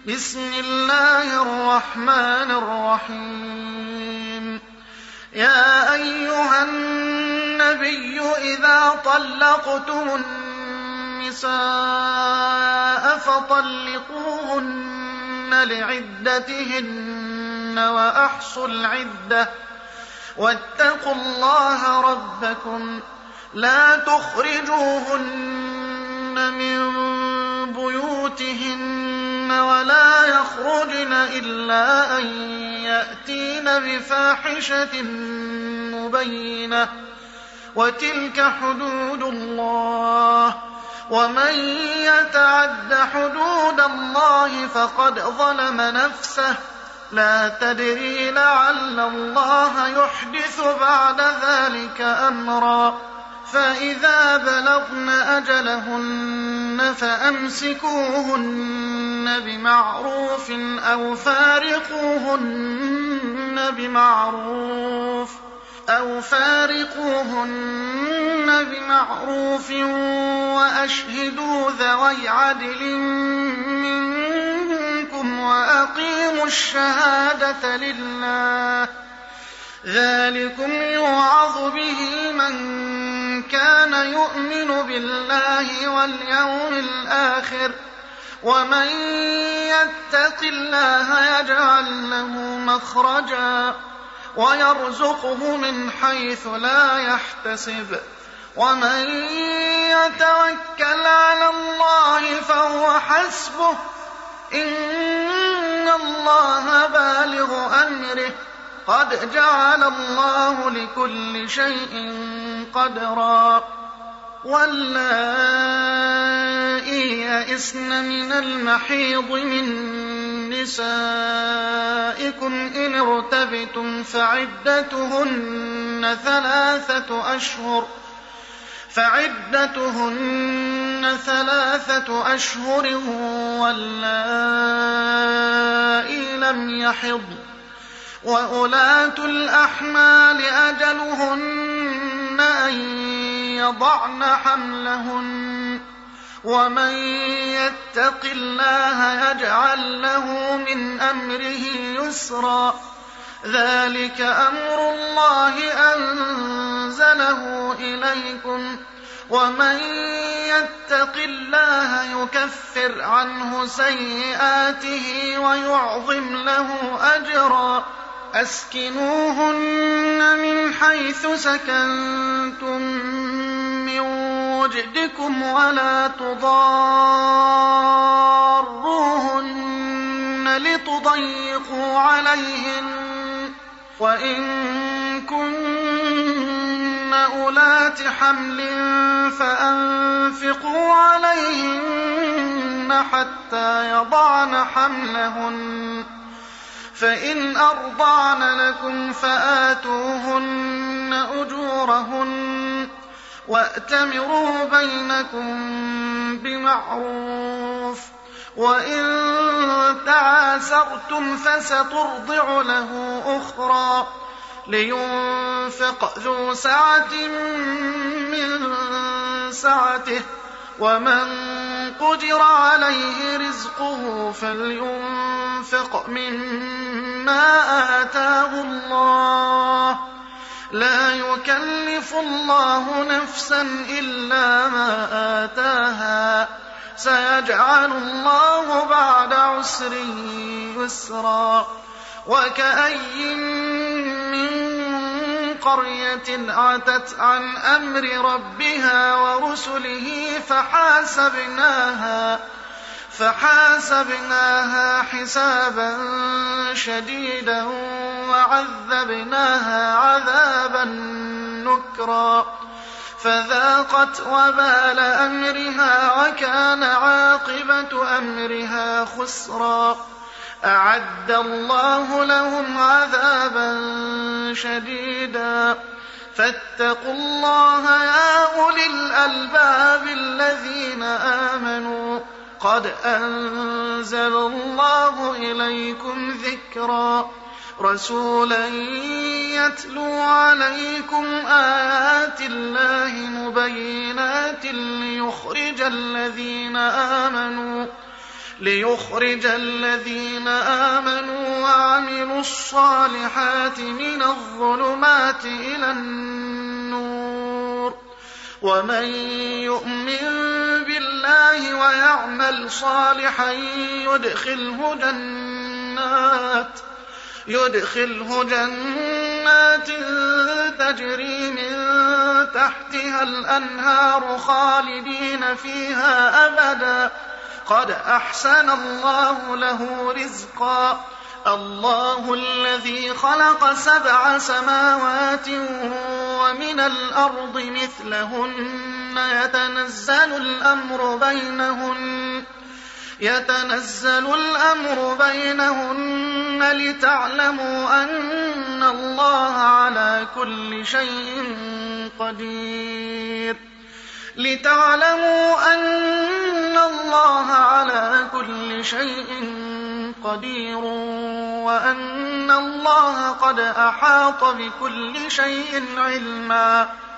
بسم الله الرحمن الرحيم. يا أيها النبي إذا طلقتم النساء فطلقوهن لعدتهن وأحصوا العدة واتقوا الله ربكم لا تخرجوهن من بيوتهن ولا يخرجن إلا أن يأتين بفاحشة مبينة وتلك حدود الله ومن يتعد حدود الله فقد ظلم نفسه لا تدري لعل الله يحدث بعد ذلك أمرا. فإذا بلغن أجلهن فأمسكوهن بمعروف أو فارقوهن بمعروف وأشهدوا ذوي عدل منكم وأقيموا الشهادة لله ذلكم يوعظ به من كان يؤمن بالله واليوم الآخر ومن يتق الله يجعل له مخرجا ويرزقه من حيث لا يحتسب ومن يتوكل على الله فهو حسبه إن الله بالغ أمره قد جعل الله لكل شيء قدرا. واللائي يئسن من المحيض من نسائكم إن ارتبتم فعدتهن ثلاثة أشهر واللائي لم يحضن وأولاة الأحمال أجلهن أن يضعن حملهن ومن يتق الله يجعل له من أمره يسرا ذلك أمر الله أنزله إليكم ومن يتق الله يكفر عنه سيئاته ويعظم له أجرا. أسكنوهن من حيث سكنتم من وجدكم ولا تضاروهن لتضيقوا عليهن وإن كن أولات حمل فأنفقوا عليهن حتى يضعن حملهن فإن أرضعن لكم فآتوهن أجورهن وأتمروا بينكم بمعروف وإن تعاسرتم فسترضع له أخرى لينفق ذو سعة من سعته ومن قدر عليه رزقه فلينفق مما آتاه الله لا يكلف الله نفسا إلا ما آتاها سيجعل الله بعد عسر يسرا. وكأي من قرية عتت عن أمر ربها ورسله فحاسبناها حسابا شديدا وعذبناها عذابا نكرا فذاقت وبال أمرها وكان عاقبة أمرها خسرا. أعد الله لهم عذابا شديدا فاتقوا الله يا أولي الألباب الذين آمنوا قد أنزل الله إليكم ذكرا رسولا يتلو عليكم آيات الله ليخرج الذين آمنوا وعملوا الصالحات من الظلمات إلى النور ومن يؤمن بالله ويعمل صالحا يدخله جنات تجري من تحتها الأنهار خالدين فيها أبدا قد أحسن الله له رزقا الله الذي خلق 7 سماوات ومن الأرض مثلهن يتنزل الأمر بينهن لتعلموا أن الله على كل شيء قدير وأن الله قد أحاط بكل شيء علما